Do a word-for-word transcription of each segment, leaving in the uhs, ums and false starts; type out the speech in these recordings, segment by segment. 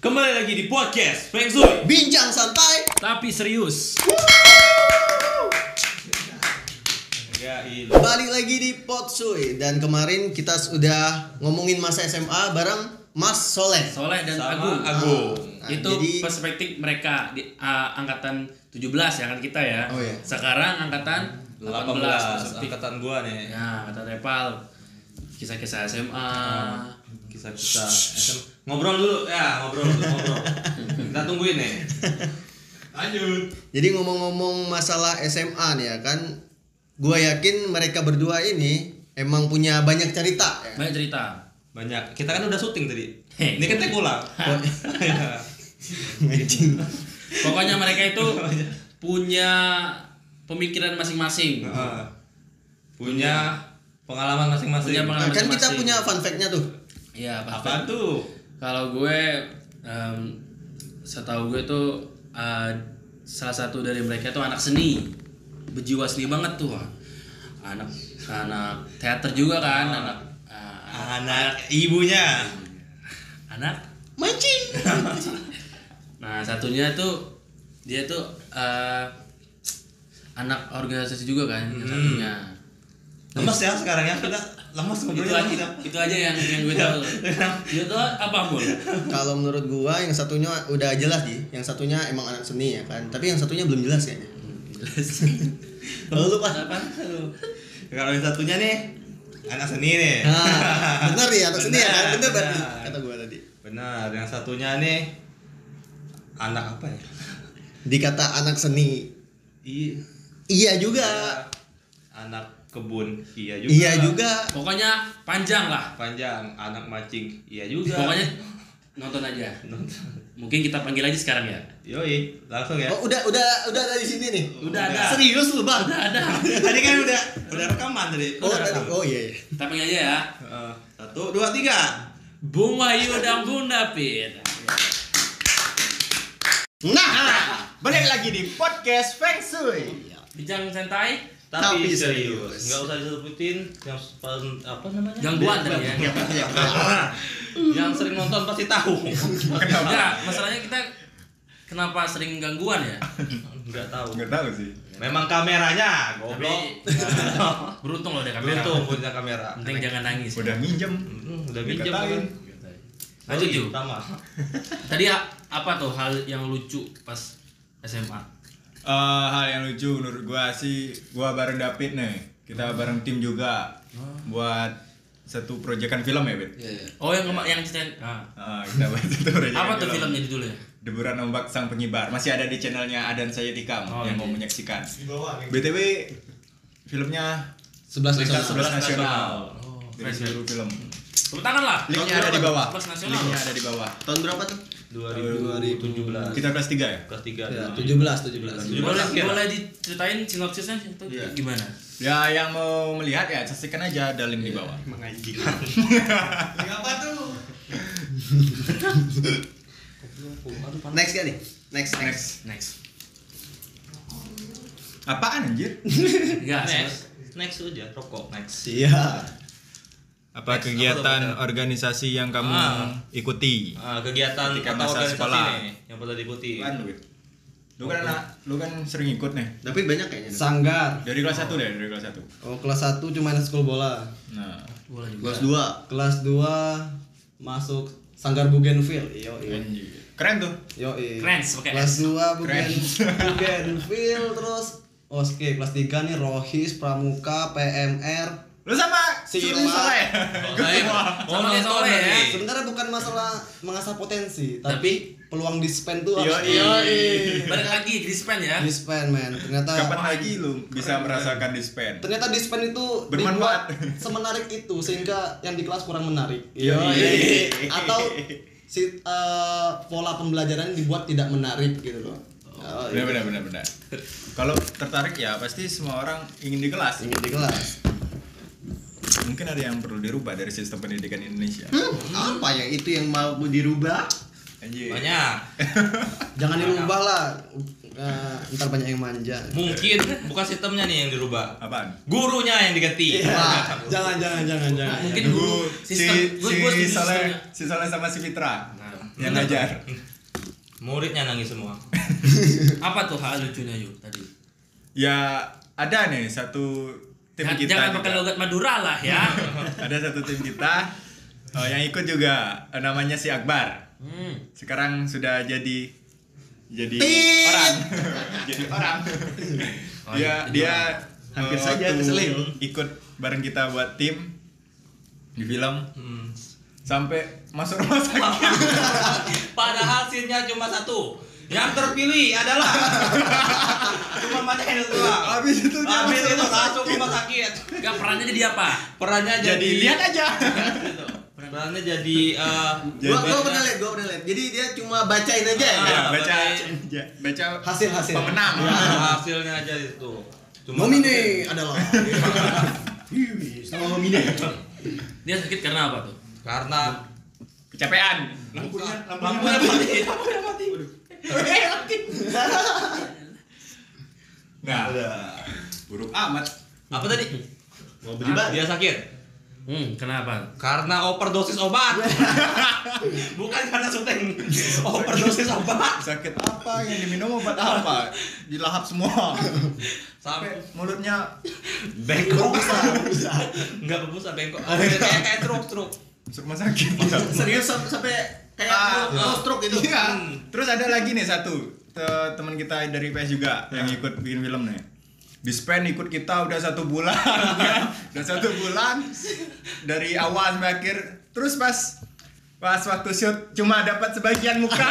Kembali lagi di podcast Feng Shui, bincang santai tapi serius. Ya, balik lagi di Potsui. Dan kemarin kita sudah ngomongin masa S M A bareng Mas Soleh Soleh dan sama Agung. Agung. Nah, Itu jadi- perspektif mereka di uh, angkatan tujuh belas ya kan kita ya. Oh, iya. Sekarang angkatan delapan delapan belas belas perspektif. angkatan gua nih. Ya, kata Repal. Kisah-kisah S M A. Kisah-kisah S M A. Ngobrol dulu ya, ngobrol dulu, ngobrol. Kita tungguin nih. Lanjut. Jadi ngomong-ngomong masalah S M A nih ya kan, gua yakin mereka berdua ini emang punya banyak cerita ya. Banyak cerita. Banyak. Kita kan udah syuting tadi. Hei. Ini kan take ulang. Anjing. Pokoknya mereka itu punya pemikiran masing-masing. Heeh. Punya pengalaman masing-masing. Punya Nah, pengalaman kan kita masing-masing. punya fun fact-nya tuh. Iya, Apaan tuh? Kalau gue, um, setahu gue tuh uh, salah satu dari mereka tuh anak seni, berjiwa seni banget tuh, anak anak teater juga kan, Ah. anak uh, Anak ibunya. anak. Mancing. Nah satunya tuh dia tuh uh, anak organisasi juga kan, yang Hmm. satunya. Lemes ya sekarang ya kita lemes Itu ngobrolnya. aja, itu aja yang yang gue tahu. Dia tuh apa pun. Kalau menurut gua yang satunya udah jelas sih, yang satunya emang anak seni ya kan. Tapi yang satunya belum jelas kayaknya. Lalu lu Pak? Apa? Kalau yang satunya nih anak seni nih. Nah, bener nih anak seni ya kan? Bener berarti Benar. kata gua tadi. Benar, yang satunya nih anak apa ya? Dikata anak seni. Iya. Iya juga. Anak kebun, iya juga. Iya juga. Pokoknya panjang lah. Panjang, anak mancing, iya juga. Pokoknya nonton aja. Mungkin kita panggil aja sekarang ya. Yoi, langsung ya. Oh, udah udah udah ada di sini nih. Udah ada. Serius lu, Bang? Udah ada. Tadi kan udah udah rekaman tadi. Oh, Udah tadi. rekam. Oh iya iya. Kita panggil aja ya. Heeh. Satu, dua, tiga. Bung Wahyu dan Bung David. Nah, Balik lagi di podcast Feng Shui. Bincang santai. Tapi, Tapi serius. serius. Enggak usah disebutin yang paling apa namanya? Gangguan tadi ya. Yang sering nonton pasti tahu. Enggak, masalahnya kita kenapa sering gangguan ya? Enggak tahu. Nggak tahu sih. Memang kameranya, Tapi goblok. ya, beruntung loh ada kamera. Beruntung punya kamera. Penting jangan nangis. Udah minjem. Hmm, udah minjem Dikatain. kan. Lanjut Yoi, Ju. Sama. Tadi a- apa tuh hal yang lucu pas S M A? Eh, hal yang lucu menurut gua sih, gua bareng David nih. Kita bareng tim juga buat satu proyekan film ya, Bet. Oh yang kema- yang ceritain. Ah. Ah, kita buat satu proyekan Apa tuh film. filmnya judulnya? Deburan Ombak Sang Pengibar. Masih ada di channelnya Adan Saya Tikam Oh, yang iya. mau menyaksikan. B T W filmnya sebelas peringkat nasional. sebelas nasional. Oh, Dari keren, seluruh film. Tepuk tangan lah. Linknya ada di bawah. Kelas nasional. Linknya ada di bawah. Tahun berapa tuh? dua ribu tujuh belas. Kita kelas tiga ya? Kelas tiga. Ya, tujuh belas, tujuh belas. Boleh Ya. boleh diceritain sinopsisnya itu Iya. gimana? Ya yang mau melihat ya saksikan aja, ada link di bawah. Mengaji. Apa tuh? Next kan nih? Next, next. Next. Next. Apaan anjir? Enggak, Next. Next aja, rokok. Next. Iya. Apa Next, kegiatan apa tuh, organisasi yang kamu Ah. ikuti? Ah, kegiatan Ketika atau masa organisasi sekolah. nih yang pernah diikuti. Apaan lu, Wit? Lu kan anak, lu kan sering ikut nih. Tapi banyak kayaknya. Sanggar. Dari kelas satu deh, dari kelas satu. Oh, kelas satu cuma school bola. Nah, Boleh juga. Kelas dua. Kelas dua masuk Sanggar Bougainville. Yo, yo. anjir. Keren tuh. Yo, Keren, pakai Kelas S. dua Bougain, Keren. Bougainville terus oke, kelas tiga nih Rohis, Pramuka, P M R. Lu sama Si Suli Ilma. Soleh. Sama kayak Soleh ya. Sebenarnya bukan masalah mengasah potensi, tapi peluang dispen tuh harus Yo, Balik lagi dispen ya. dispen, men. Ternyata Kapan lagi lu bisa merasakan dispen? ternyata dispen itu Bermanfaat. dibuat semenarik itu sehingga yang di kelas kurang menarik. Yo, Atau si eh, pola pembelajaran dibuat tidak menarik gitu loh. Oh, Benar, benar, benar, benar. Kalau tertarik ya pasti semua orang ingin di kelas. ingin di kelas. Mungkin ada yang perlu dirubah dari sistem pendidikan Indonesia. Hmm, apa ya itu yang mau dirubah? Anjir. Banyak. Jangan dirubah lah. Eh, ntar banyak yang manja. Mungkin bukan sistemnya nih yang dirubah. Apaan? Gurunya yang diganti. Wah, jangan jangan jangan jangan. Mungkin Guru sistem si gue si gue setuju Soleh, sistemnya. si Soleh sama si Fitra. Nah, yang ngajar. Muridnya nangis semua. Apa tuh hal lucunya yuk tadi? Ya ada nih satu tim Jangan- kita Jangan juga. pakai logat Madura lah ya. Ada satu tim kita oh, yang ikut juga eh, namanya si Akbar. Hmm. Sekarang sudah jadi jadi Pip. orang. Jadi orang. Oh, dia jadi dia Hampir eh, saja waktu keselio. ikut bareng kita buat tim di film Hmm. sampai masuk rumah sakit. Padahal scene-nya cuma satu. Yang terpilih adalah cuma matanya itu doang. Habis itu dia Habis masuk itu rumah langsung sakit. rumah sakit. Enggak, perannya jadi apa? Perannya jadi, Jadi lihat aja. Gitu. Perannya jadi eh, Gua Jadi- gua pernah lihat, gua pernah lihat. Jadi dia cuma bacain aja ya. Ah. Ya, baca bacain. ya, baca Hasil-hasil. pemenang. hasilnya aja itu. Nomine adalah Wih, sama nomine. Dia sakit karena apa tuh? Karena Kecapean. Lampunya lampunya mati. Lampunya mati. Nah, buruk amat. Apa tadi? Mau beli ban? Dia sakit. Hmm, kenapa? Karena overdosis obat. Bukan karena syuting. Overdosis obat. Sakit apa yang diminum obat apa? Dilahap semua. Sampai Sampai mulutnya bengkok. Enggak berbusa bengkok. Kayak kayak stroke stroke. masuk rumah sakit. Serius sam- sampai kayak Ah, mau stroke itu. Iya. Terus ada lagi nih satu te- teman kita dari P S juga yang ikut bikin film nih. Dispen ikut kita udah satu bulan, kan? Udah satu bulan dari awal sampai akhir. Terus pas pas waktu shoot cuma dapat sebagian muka.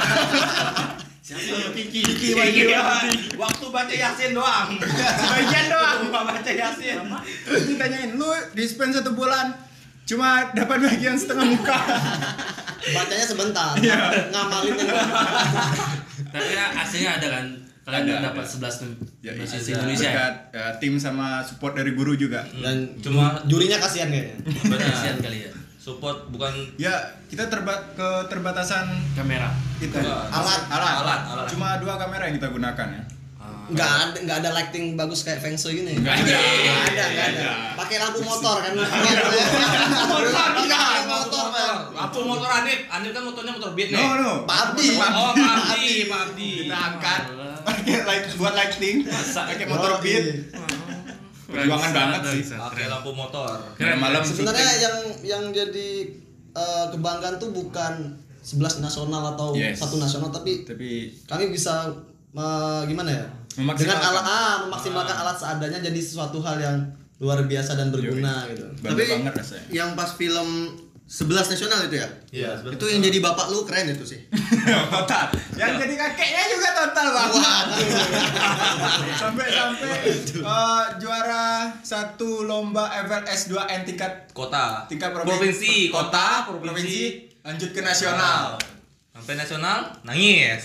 Siapa? Kiki. Kiki. Kiki. Waktu baca Yasin doang. Sebagian doang. Cuma baca Yasin. Terus ditanyain, lu dispen satu bulan cuma dapat bagian setengah muka. Bacanya sebentar, Iya. ngamalin yang Tapi ya aslinya ada kan? Kalian Ada, dapat ada. sebelas Ya, bahasa iya. Indonesia. ya? Berkat ya, tim sama support dari guru juga. dan Cuma jurinya kasihan kayaknya. Kasihan kali ya. support bukan Ya, kita terba keterbatasan Kamera. itu Alat. alat. Alat, alat. Cuma dua kamera yang kita gunakan ya. Ah. Nggak ada nggak ada lighting bagus kayak Feng Shui gini. Nggak ada. Nggak ada, nggak ada. Pakai lampu motor kan. Pakai motor, man. Lampu motor Anip. Anip kan motornya motor Beat nih. No, no. Pak Abdi. Oh, Pak Abdi, Pak Abdi. Kita angkat pakai light buat lighting, pakai motor Yoi. beat. Perjuangan banget sih. Pakai lampu motor. Keren malam Sebenarnya syuting. yang yang jadi eh, kebanggaan tuh bukan sebelas nasional atau Yes. satu nasional, tapi Tapi kami bisa eh, gimana ya? Dengan Memaksimalkan. alat ah, memaksimalkan alat seadanya jadi sesuatu hal yang luar biasa dan berguna gitu. bangga Tapi banget rasanya. yang pas film sebelas nasional itu ya? Iya, Itu yang jadi bapak lu keren itu sih. Total. Yang jadi kakeknya juga total banget. Sampai-sampai eh, juara satu lomba F L S dua N tingkat Kota. tingkat Provinsi, kota, provinsi, lanjut ke nasional. Sampai nasional nangis.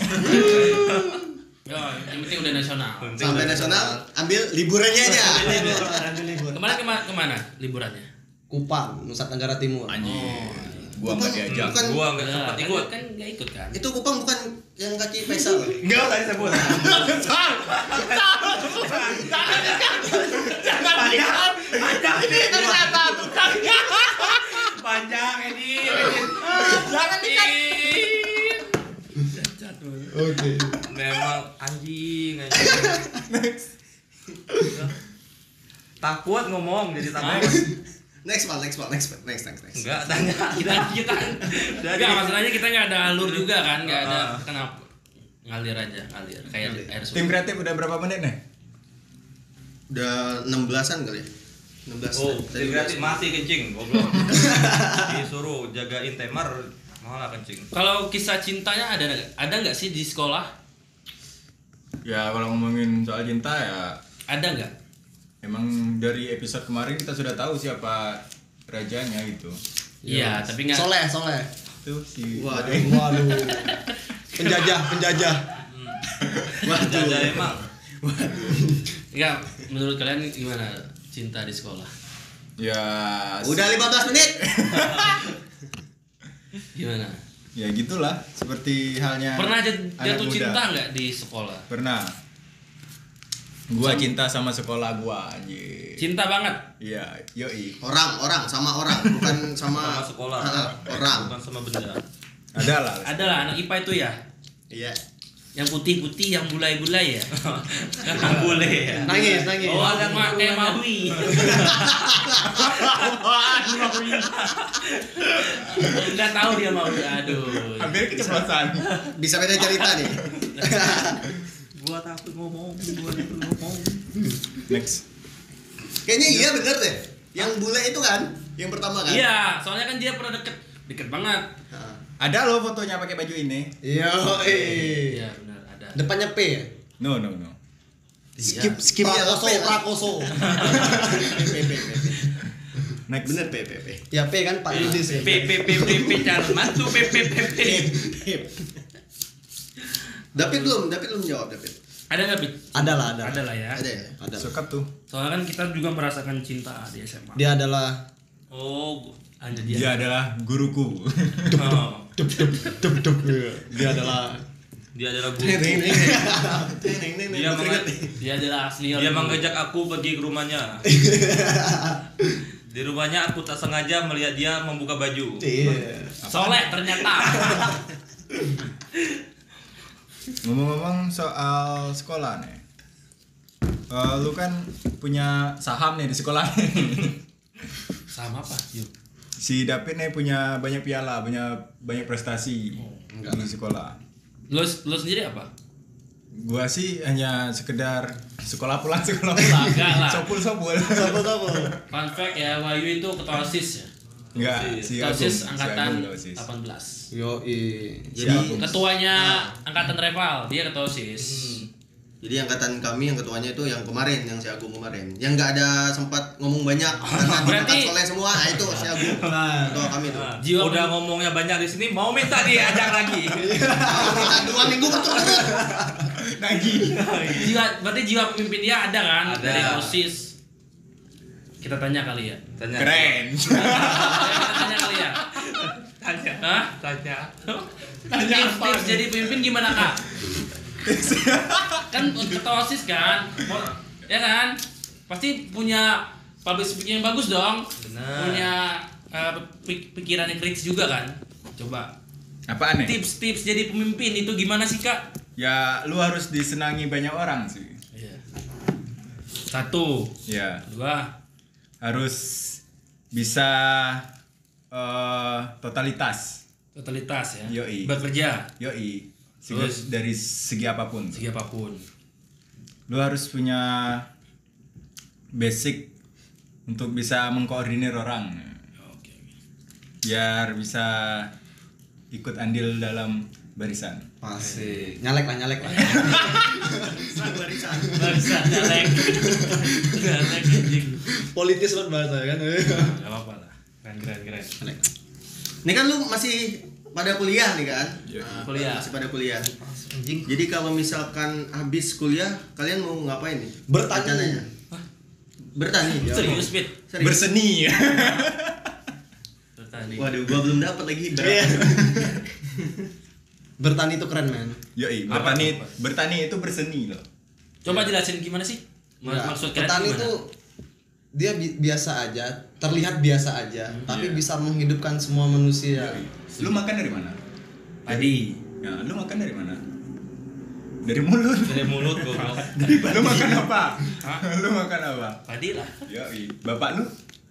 Yo, yang penting udah nasional. Sampai nasional ambil liburannya aja. Ambil libur. Kemarin kemana, kemana liburannya? Kupang, Nusa Tenggara Timur. Anjir. Gua enggak diajak. Bukan, Gua enggak Nah, sempat kan- ikut. Kan enggak ikut kan? itu Kupang bukan yang kaki Faisal. Enggak tadi sebut. Jangan panjang. Panjang ini. Panjang ini. Jangan dikat. Oke. Memang anjing anjing. Takut ngomong jadi takut. Next one, next one, next one, next, next, next. Enggak tanya kita kita. Enggak, masalahnya kita nggak ada alur juga kan, nggak ada Ah. kenapa ngalir aja, ngalir kayak air Tim sungai. kreatif udah berapa menit nih? Udah enam belasan kali ya? enam belas. Oh, Tadi tim kreatif udah- masih kencing, goblok. Disuruh jagain temar malah kencing. Kalau kisah cintanya ada nggak? Ada nggak sih di sekolah? Ya kalau ngomongin soal cinta ya Ada nggak? emang dari episode kemarin kita sudah tahu siapa rajanya gitu. Iya, tapi nggak. Soleh, soleh. Itu si Waduh. Waduh. Penjajah, penjajah. Waduh, emang. Nggak. Menurut kalian gimana cinta di sekolah? Ya Udah lima belas menit. Gimana? ya gitulah seperti halnya Pernah jat- anak jatuh muda. cinta nggak di sekolah? Pernah. Gua cinta sama sekolah gua anjir. Cinta banget. Iya, yoi. Orang, orang sama orang, bukan sama, Sama sekolah. Ah, orang. Bukan sama benda. Ada lah. Ada lah anak I P A itu ya. Iya. Yang putih-putih, yang bulai-bulai ya. Boleh ya. Nangis, nangis. Oh, ada mak kayak Maui. Enggak tahu dia Maui. Aduh. Hampir keceplosan. Bisa beda cerita nih. Buat aku ngomong, buat aku ngomong. Next. Kayaknya iya bener deh. Yang bule itu kan, yang pertama kan? Iya, soalnya kan dia pernah deket deket banget. Nah. Ada loh fotonya pakai baju ini. Yo, eh. Iya, benar ada. Depannya P ya? No, no, no. Skip, skip. Iya, Prakoso, P lah. Prakoso. P, P, P, P. Next. Bener P, P, P. Ya P kan Pak Yudis ya. P P P P P calon mantu P P P P. David belum, David belum jawab David. Ada nggak, Bit? Ada lah, ada. Ada lah ya. Ada ya? Ada. Suka tuh. Soalnya kan kita juga merasakan cinta di S M A. Dia adalah Oh, ada dia. Dia adalah guruku. Oh. dup dup dup dup. Dia adalah Dia adalah guru. Neng, neng, neng, neng, Dia menge- Dia adalah asli. dia mengajak aku pergi ke rumahnya. Di rumahnya aku tak sengaja melihat dia membuka baju. Iya. Soleh ternyata. Ngomong-ngomong soal sekolah nih. Eh, lu kan punya saham nih di sekolah nih. Sama apa? Yuk. Si David nih punya banyak piala, banyak banyak prestasi di sekolah. Lo lo sendiri apa? Gua sih hanya sekedar sekolah pulang sekolah pulang. Enggak lah. Sopul-sopul. Sabar-sabar. Fun fact ya, Wahyu itu ketua OSIS ya. Enggak, si Ketua Agung. OSIS Si angkatan Agung ketua OSIS. delapan belas. Yo, i. Jadi, Ketuanya angkatan rival, dia ketua OSIS. jadi angkatan kami yang ketuanya itu yang kemarin, yang si Agung kemarin. Yang nggak ada sempat ngomong banyak karena Berarti- dimakan soleh semua. Nah, itu si Agung. Ketua kami tuh. Nah, Jiwa udah pem- ngomongnya banyak di sini, mau minta diajak lagi. Kita dua minggu berturut-turut. Nagih. Jiwa berarti jiwa pemimpin dia ada kan Ada. dari OSIS. Kita tanya kali ya. Tanya. Keren. Kita tanya kali ya. Tanya. Hah? Tanya. Tips, tips jadi pemimpin gimana kak? Kan ketua OSIS kan, ya kan? Pasti punya public speaking yang bagus dong. Benar. Punya eh, pik- pikiran yang kritis juga kan. Coba Apaan nih? tips-tips jadi pemimpin itu gimana sih kak? Ya, lu harus disenangi banyak orang sih. Iya. Satu, Ya, dua, harus bisa eh totalitas. totalitas ya. Yoi. Bekerja Yoi. Segi- Terus? dari segi apapun. segi apapun. Lu harus punya basic untuk bisa mengkoordinir orang. Oke. Biar bisa ikut andil dalam barisan. Masih. Nyalek lah, nyalek lah. Barisan nyalek. Nyalek anjing. Politis banget bahasa kan. Gak apa-apa lah. Keren keren keren. Ini kan lu masih pada kuliah nih kan? Iya. Nah, Kuliah. Masih pada kuliah. Anjing. Jadi kalau misalkan habis kuliah, kalian mau ngapain nih? Bertani. Rencananya? Bertani. Serius, Pit? Serius. Berseni. Bertani. Waduh, gua belum dapat lagi. Iya. Bertani itu keren, men. Yoi, Apa bertani tuh, Pak? bertani itu berseni loh. Coba jelasin gimana sih? Enggak. Maksud kalian Petani gimana? itu dia bi- biasa aja, terlihat biasa aja, tapi Iya. bisa menghidupkan semua manusia. Lu makan dari mana? Padi. Ya, lu makan dari mana? Dari mulut. Dari mulut goblok. Lu makan apa? Lu makan apa? Padi lah. Yoi, bapak lu?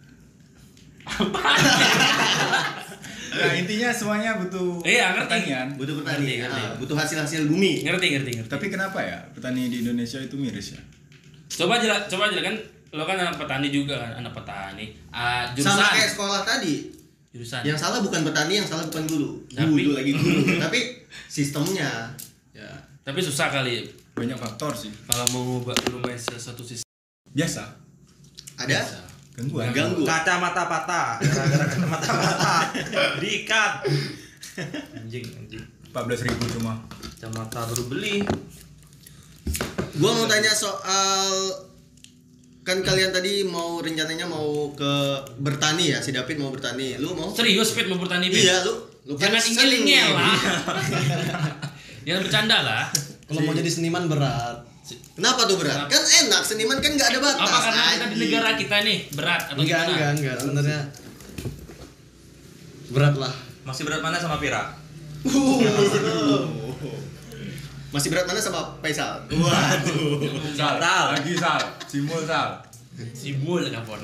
Nah, intinya semuanya butuh Iya, ngerti. pertanian. Butuh bertani. Ngerti, ngerti. Ah, butuh hasil-hasil bumi. Ngerti ngerti ngerti. Tapi kenapa ya petani di Indonesia itu miris ya? Coba jelas coba jelas kan lo kan anak petani juga kan, anak petani. Ah, jurusan. Sama kayak sekolah tadi. Jurusan. Yang salah bukan petani, yang salah bukan guru. Tapi- Guru lagi guru. Tapi sistemnya. Ya. Tapi susah kali Banyak faktor sih. kalau mau ngubah ngubah satu sistem. Biasa. Ada Gangguan. ganggu. Kacamata patah. Gara-gara kacamata patah. Diikat. Anjing, anjing. empat belas ribu cuma. Kacamata baru beli. Gua mau tanya soal kan kalian tadi mau rencananya mau ke bertani ya, si David mau bertani. Lu mau? Serius Pit mau bertani Pit? Iya, lu. Lu kan Jangan sering ingel-ingel nih. lah. Jangan bercanda lah. Kalau mau jadi seniman berat. Kenapa tuh berat? Kan enak, seniman kan nggak ada batas. Apa karena kita di anjing. negara kita nih berat atau Enggak, gimana? enggak, enggak. Sebenarnya berat lah. Masih berat mana sama Pira? Masih berat mana sama Faisal? Waduh. Sal, Sal. lagi Sal, Simul Sal. Sibul kapon.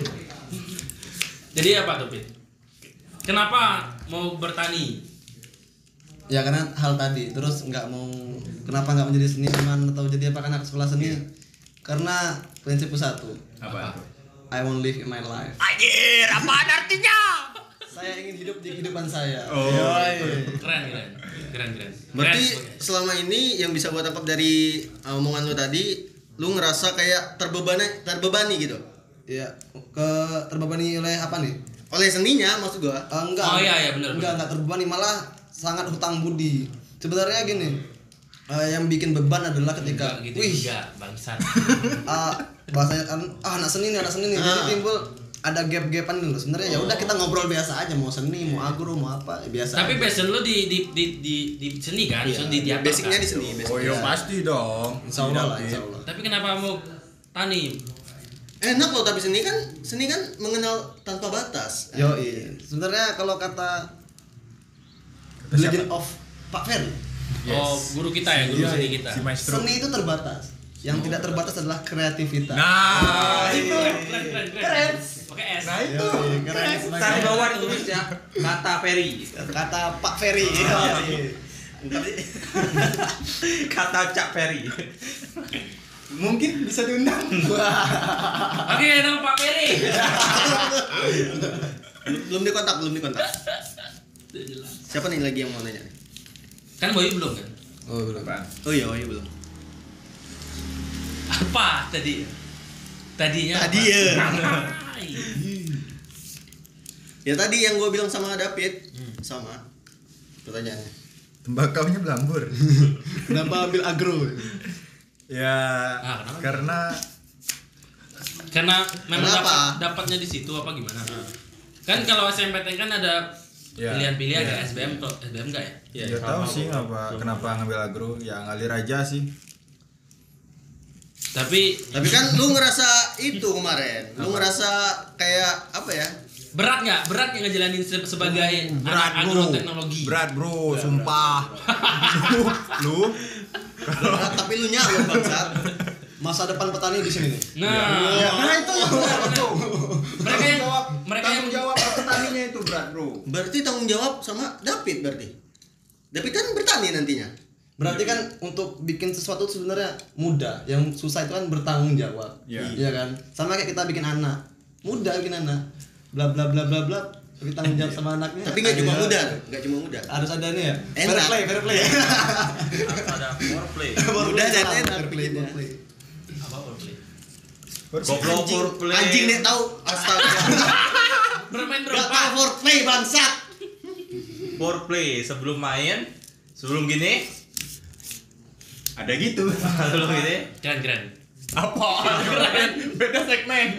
Jadi apa tuh, Pit? Kenapa mau bertani? Ya karena hal tadi, terus nggak mau kenapa nggak menjadi seniman atau jadi apa anak sekolah seni? Karena prinsipku satu, Apa? I want live in my life. Anjir, apaan artinya? Saya ingin hidup di kehidupan saya. Oh. Yoi. Keren, keren. Keren, keren. Berarti Keren. selama ini yang bisa gua tangkap dari uh, omongan lu tadi, lu ngerasa kayak terbebani terbebani gitu. Iya, ke terbebani oleh apa nih? Oleh seninya maksud gua. Eh, enggak. Oh, iya, iya, benar, Enggak, benar. enggak terbebani, malah sangat hutang budi. Sebenarnya gini, eh, yang bikin beban adalah ketika Enggak gitu wih, juga, bangsat. ah, bahasanya kan ah anak seni nih, anak seni nih. Jadi Ah. timbul ada gap-gapan dulu. Sebenarnya ya udah kita ngobrol biasa aja, mau seni, mau agro, mau apa, ya biasa. Tapi aja. passion lu di di di di, di seni kan? Iya, So, di teater basicnya kan? di seni, Oh basicnya. iya pasti dong. Insya Allah lah, David. insya Allah. Tapi kenapa mau tani? Enak loh, tapi seni kan seni kan mengenal tanpa batas. Yo iya. Sebenarnya kalau kata Kata siapa? Legend of Pak Ferry, Oh, guru kita ya, guru Iya, seni iya. kita. Si maestro. seni itu terbatas. Yang tidak terbatas adalah kreativitas. Nah, Keren, itu. keren, keren, keren. Pakai S. Nah itu. Yoi, keren. Ntar di bawah ditulis ya kata Ferry. Kata Pak Ferry. Ah, Yoi. Kata Cak Ferry. Mungkin bisa diundang. Oke, nama Pak Ferry. Belum dikontak, belum dikontak. Siapa nih lagi yang mau nanya nih? Kan Boy belum kan? Oh, belum. Bang. Oh iya, oh iya belum. Apa tadi? Tadinya Tadi apa? ya. Hai. Ya tadi yang gue bilang sama David, sama pertanyaannya. Tembakaunya belambur. Kenapa ambil agro? Ya, Ah, kenapa? karena Karena memang Kenapa? dapat dapatnya di situ apa gimana? Kan kalau S M P T N kan ada Ya, pilihan-pilihan ya. ya, S B M kok S B M enggak ya? Iya, nggak tahu sih kenapa kenapa ngambil agro, ya ngalir aja sih. Tapi Tapi kan lu ngerasa itu kemarin, lu ngerasa kayak apa ya? berat nggak? Berat nggak ngejalanin se- sebagai anak Berat bro, agroteknologi? berat bro, sumpah. lu, lu Berat, tapi lu nyawa bangsat. Masa depan petani di sini nih. Nah, ya, nah itu itu. mereka yang jawab, mereka yang tanggung jawab petaninya itu berat bro. Berarti tanggung jawab sama David berarti. David kan bertani nantinya. Berarti kan untuk bikin sesuatu itu sebenarnya mudah. Yang susah itu kan bertanggung jawab. Iya. Iya kan? Sama kayak kita bikin anak. Mudah bikin anak. Bla bla bla bla bla. Tapi tanggung jawab sama anaknya. Tapi nggak cuma ada- muda, nggak cuma muda. Harus ada nih ya. Enak. Fair play, fair play. Ada foreplay. Mudah dan salah, enak fair play, bikinnya. fair play. apa foreplay? Goblok Anjing, foreplay. anjing deh tahu. Astaga. Bermain Gak tahu berempat. foreplay bangsat. Foreplay sebelum main, sebelum gini, Ada gitu. sebelum gini. Keren keren. Apa? Beda segmen.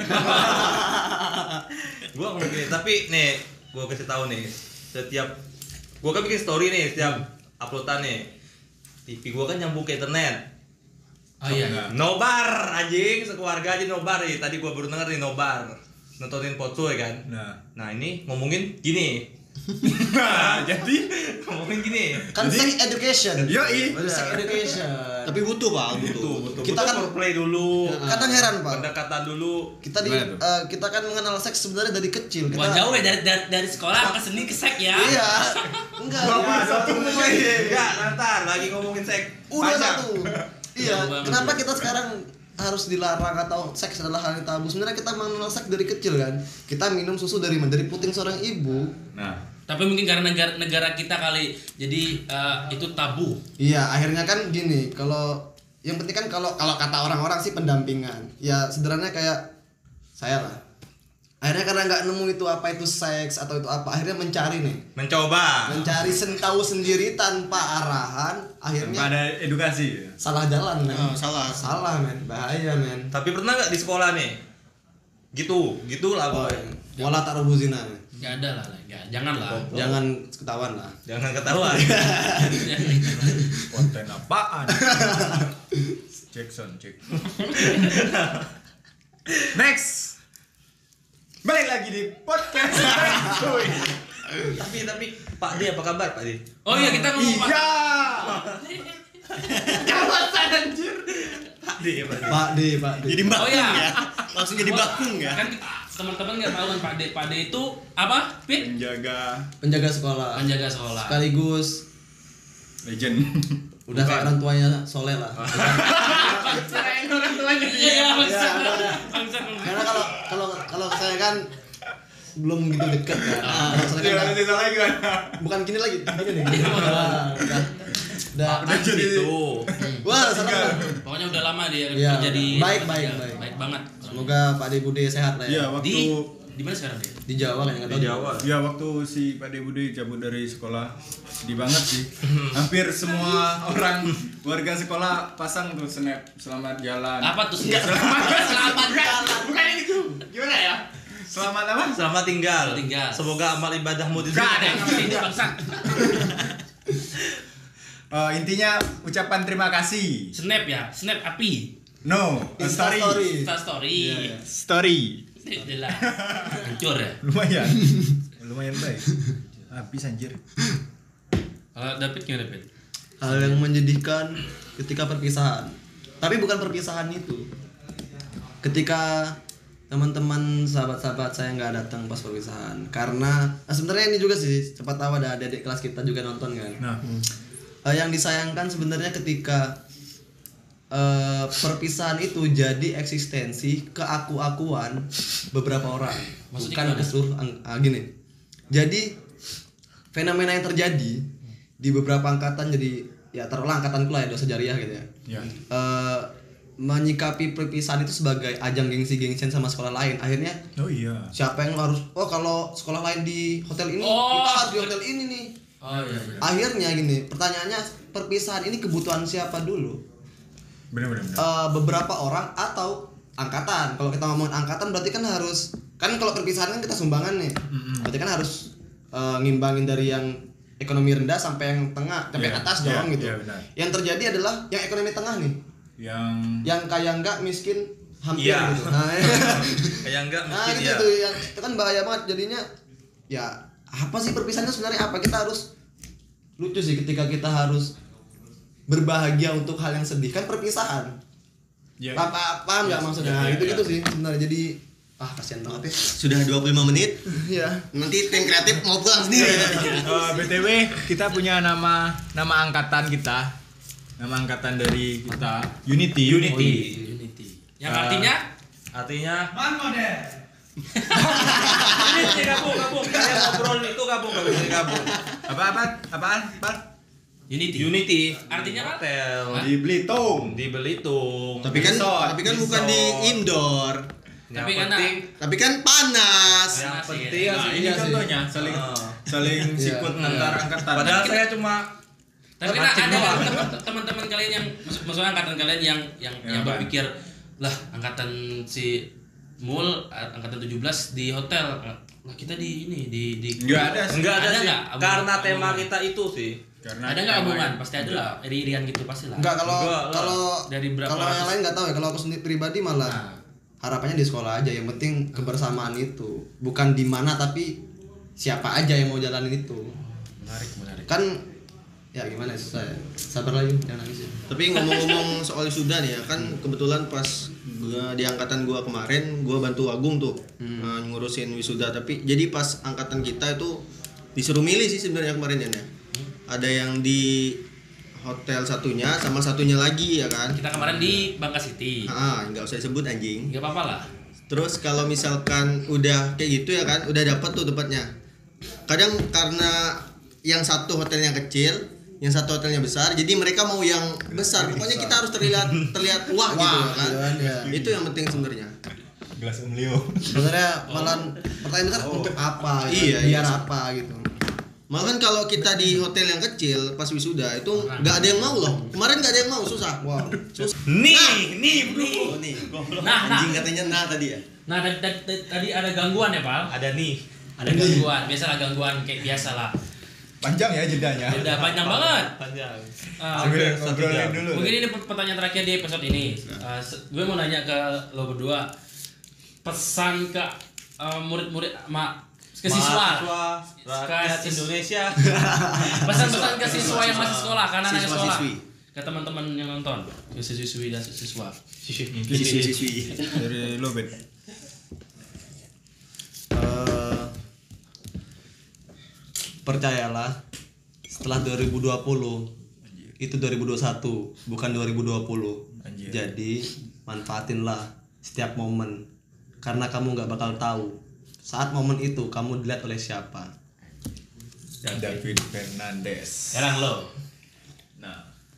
Gua ngomong gini, tapi nih, gua kasih tahu nih, setiap gua kan bikin story nih, setiap uploadan nih. T V gua kan nyambung ke internet. Oh iya. Nobar anjing, sekeluarga aja nobar nih. Tadi gua baru denger nih nobar. Nontonin Potsoy kan. Nah, Nah, ini ngomongin gini. nah jadi Ngomongin gini. Kan sex education. yoi. Sex education. Tapi butuh pak, butuh. Tuh, betul. Kita Betul, kan- foreplay dulu. Kadang heran, Pak. Pendekatan dulu. Kita di Gimana tuh? eh, kita kan mengenal seks sebenarnya dari kecil. Kita, Wah jauh ya dari, dari dari sekolah ke seni ke sek ya. Iya. Enggak. Bapak iya. satu Enggak, nanti lagi ngomongin seks. Udah Panjang. satu. Iya. Jauh banget. Kenapa kita sekarang harus dilarang atau seks adalah hal yang tabu? Sebenarnya kita mengenal seks dari kecil kan. Kita minum susu dari mana? Dari puting seorang ibu. Nah, Tapi mungkin karena negara negara kita kali jadi eh, itu tabu. Iya, akhirnya kan gini. Kalau yang penting kan kalau kalau kata orang-orang sih pendampingan. Ya sederhananya kayak saya lah. Akhirnya karena nggak nemu itu apa itu seks atau itu apa, akhirnya mencari nih. Mencoba. Mencari sen tahu sendiri tanpa arahan, tanpa akhirnya ada edukasi. salah jalan men. Oh, salah. Salah men, bahaya men. Tapi pernah nggak di sekolah nih? Gitu, gitulah Oh, boy. wala taruhu zina. Gak ada lah, gak, jangan lah. Jangan ketahuan lah. Jangan ketahuan. Konten apaan? Jackson, cek. Next. Balik lagi di podcast. Cuy. Tapi tapi Pak D apa kabar Pak D? Oh iya kita ngomong Pak. Iya. Kawasan anjir. Pak D Pak D. Pak D, Pak D. Jadi bakung Oh, iya. ya. Langsung jadi bakung ya. Kan teman-teman nggak tahu kan Pak D. Pak D itu apa? Pit? Penjaga Penjaga sekolah. Penjaga sekolah. Sekaligus legend. udah kayak orang tuanya Soleh lah. Cerain orang tuanya. Iya, iya, bangsa. Bangsa. Karena kalau kalau kalau saya kan belum gitu deket kan. Ah. Kalau saya kan Iya, udah- nanti salah gimana? bukan gini lagi, gini nih. Nah, udah, udah, Udah gitu. wah, salah. Pokoknya udah lama dia Iya, kerja di baik, baik, ya, baik. baik banget. Semoga Pak De Bude sehat lah Iya, ya. waktu Di di mana sekarang dia? Di Jawa kan yang Di Jawa. Ya waktu si Pak De Budi cabut dari sekolah sedih banget sih. Hampir semua orang warga sekolah pasang tuh snap selamat jalan. Apa tuh? Selamat selamat jalan. Bukan itu. Gimana ya? Selamat apa? Selamat tinggal. Selamat tinggal. Semoga amal ibadahmu Gak ada yang diterima. ngerti ini bangsa. Eh, intinya ucapan terima kasih. Snap ya, snap api. No, a Insta story. story. Insta story. Iya, iya. Story. Jelas. Hancur ya. Lumayan. Lumayan baik. Habis anjir. Kalau David gimana David? Hal yang menyedihkan ketika perpisahan. Tapi bukan perpisahan itu. Ketika teman-teman sahabat-sahabat saya nggak datang pas perpisahan karena nah sebenarnya ini juga sih cepat tahu ada adik kelas kita juga nonton kan. Nah, Eh, yang disayangkan sebenarnya ketika eh, perpisahan itu jadi eksistensi keaku-akuan beberapa orang. Maksudnya Bukan gimana? keseluruh ang- ah, gini. Jadi fenomena yang terjadi di beberapa angkatan jadi ya taruhlah angkatanku lah ya dosa jariah gitu ya. ya. Eh, menyikapi perpisahan itu sebagai ajang gengsi-gengsian sama sekolah lain. Akhirnya Oh iya. siapa yang harus oh kalau sekolah lain di hotel ini Oh. kita harus di hotel ini nih. Oh iya iya. Akhirnya gini, pertanyaannya perpisahan ini kebutuhan siapa dulu? Benar benar benar. Eh, beberapa orang atau angkatan? Kalau kita ngomongin angkatan berarti kan harus kan kalau perpisahan kan kita sumbangan nih. Berarti kan harus eh, ngimbangin dari yang ekonomi rendah sampai yang tengah, sampai Iya, atas iya, dong gitu. iya, benar. Yang terjadi adalah yang ekonomi tengah nih, Yang yang kaya enggak miskin hampir Iya. gitu. Nah, Kayak enggak nah mungkin gitu ya. tuh yang itu kan bahaya banget jadinya. Ya apa sih perpisahannya sebenarnya apa? Kita harus lucu sih ketika kita harus berbahagia untuk hal yang sedih kan perpisahan. ya. Apa paham nggak maksudnya? ya, Itu ya. gitu sih sebenarnya jadi ah kasihan banget ya. Sudah dua puluh lima menit. Iya. Nanti tim kreatif mau pulang sendiri. Eh, B T W kita punya nama nama angkatan kita. Nama angkatan dari kita Unity. Unity. Unity. Yang Ah. artinya Artinya Unity gabung gabung. Kalian ngobrol itu gabung gabung ini gabung. Apa apa? Apaan? Apa? Unity. Unity. Artinya apa? Hotel Di Belitung. di Belitung. Tapi kan Resort, tapi kan bukan di resort. indoor. Yang Tapi karena- penting Tapi kan panas. yang Masih ya. penting Nah, ini Iya sih. contohnya saling Ah. saling sikut Iya. antar angkatan. padahal saya cuma Tapi kan Mancing ada doang. teman- teman-teman kalian yang maksud- maksudnya angkatan kalian yang yang Ya, yang apa? berpikir lah angkatan si Mul angkatan tujuh belas di hotel. Lah kita di ini di di Enggak ada sih. enggak ada, Ada sih. nggak? Karena Abang- tema abang- kita itu sih. Karena ada nggak tema hubungan? yang- Pasti ada lah. Iri-irian gitu pasti lah. Enggak kalau Enggak lah. kalau Dari berapa kalau yang ratus? lain nggak tahu ya. Kalau aku sendiri pribadi malah Nah. harapannya di sekolah aja. Yang penting kebersamaan itu bukan di mana tapi siapa aja yang mau jalanin itu. Menarik, menarik. Kan ya gimana ya susah ya. Sabar lah yuk jangan nangis ya. Tapi ngomong-ngomong soal wisuda nih ya, kan kebetulan pas gua di angkatan gua kemarin gua bantu Agung tuh uh, ngurusin wisuda, tapi jadi pas angkatan kita itu disuruh milih sih sebenarnya kemarin ya. Ada yang di hotel satunya sama satunya lagi ya kan. Kita kemarin di Bangka City. Ah, nggak usah disebut anjing. Enggak apa-apa lah. Terus kalau misalkan udah kayak gitu ya kan, udah dapet tuh tempatnya. Kadang karena yang satu hotelnya kecil, yang satu hotelnya besar, jadi mereka mau yang besar. Pokoknya kita harus terlihat terlihat wah, gitu Wah, ya kan. gitu kan, ya. Itu yang penting sebenarnya. Gelas Om Leo. Sebenarnya malah pertanyaan besar untuk apa? Gitu. Iya, Biar iya. apa gitu. Malah kan kalau kita di hotel yang kecil pas wisuda itu nggak ada yang mau loh. Kemarin nggak ada yang mau, susah. Wow. Susah. Nih, nih, bro. Oh, nih, goblok. Nah, nah. Anjing katanya nah tadi ya. Nah, tadi, tadi, tadi ada gangguan ya, Pal? Ada nih. Ada gangguan. Biasalah gangguan kayak biasa lah. Panjang ya jedanya. Udah panjang banget. Panjang. Ah, Hampir Sambil satu ngobrolin jam. dulu. Mungkin ini pertanyaan terakhir di episode ini. Uh, se- gue mau nanya ke lo berdua, pesan ke uh, murid-murid, ma, ke siswa. Mahasiswa, rakyat Ke sis- Indonesia. Pesan-pesan ke siswa yang masih sekolah, karena anak Siswa, sekolah. siswi. Ke teman-teman yang nonton, ke siswi dan siswa. Siswi-siswi. Dari lo Bet. Eh, percayalah, setelah dua ribu dua puluh itu dua ribu dua puluh satu, bukan dua ribu dua puluh. Anjir. Jadi manfaatinlah setiap momen, karena kamu nggak bakal tahu saat momen itu kamu dilihat oleh siapa. David Fernandez. Sekarang lo. Nah,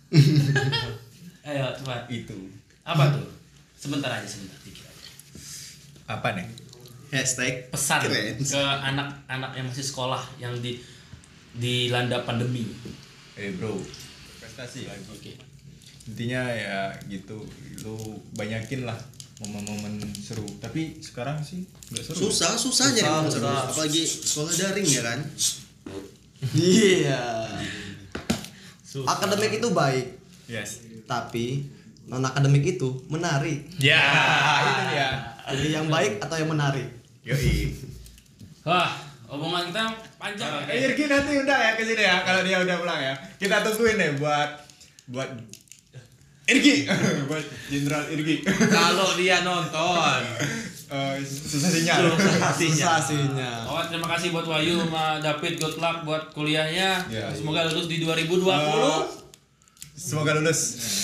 Ayo coba. itu. Apa tuh? Sebentar aja, sebentar dikit aja. Apa nih? Hashtag Pesan keren. ke anak-anak yang masih sekolah yang di dilanda pandemi. Eh bro, prestasi lagi. Oke. Intinya ya gitu, lu banyakin lah momen-momen seru. Tapi sekarang sih nggak seru. Susah, susah nyari Susah, momen seru. susah. Apalagi sekolah daring ya kan. Iya. Susah. Akademik itu baik, Yes. tapi non akademik itu menarik. Ya, itu dia. Jadi yang baik atau yang menarik? Yoi. Wah, omongan kita panjang ya. Eh, Irgi nanti undang ya ke sini ya kalau dia udah pulang ya. Kita tungguin deh buat buat Irgi, buat Jenderal Irgi. Kalau dia nonton. Eh, susah sinyal. Susah sinyal. Susah sinya. Oh, terima kasih buat Wahyu sama David, good luck buat kuliahnya. Ya, Semoga lulus di dua ribu dua puluh. Eh, semoga lulus.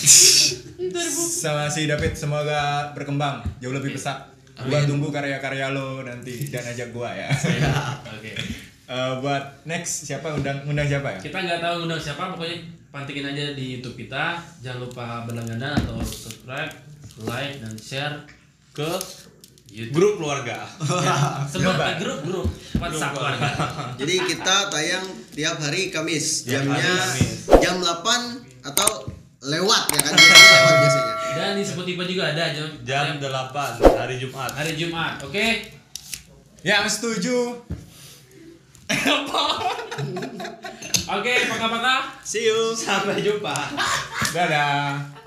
Sama si David semoga berkembang jauh lebih pesat. Gua tunggu karya-karya lo nanti dan ajak gua ya. Oke. Eh, buat next siapa undang undang siapa ya? Kita nggak tahu undang siapa, pokoknya pantengin aja di YouTube kita. Jangan lupa berlangganan atau subscribe, like dan share ke YouTube. Grup keluarga. Sebar Coba. ke grup-grup WhatsApp keluarga. Jadi kita tayang tiap hari Kamis, Tiap hari jamnya Kamis. jam delapan atau lewat ya kan, biasanya lewat biasanya. Dan di Spotify juga ada jam Jam delapan hari Jumat. hari Jumat. Oke. Yang setuju. Oke, pakai-pakai. See you. Sampai jumpa. Dadah.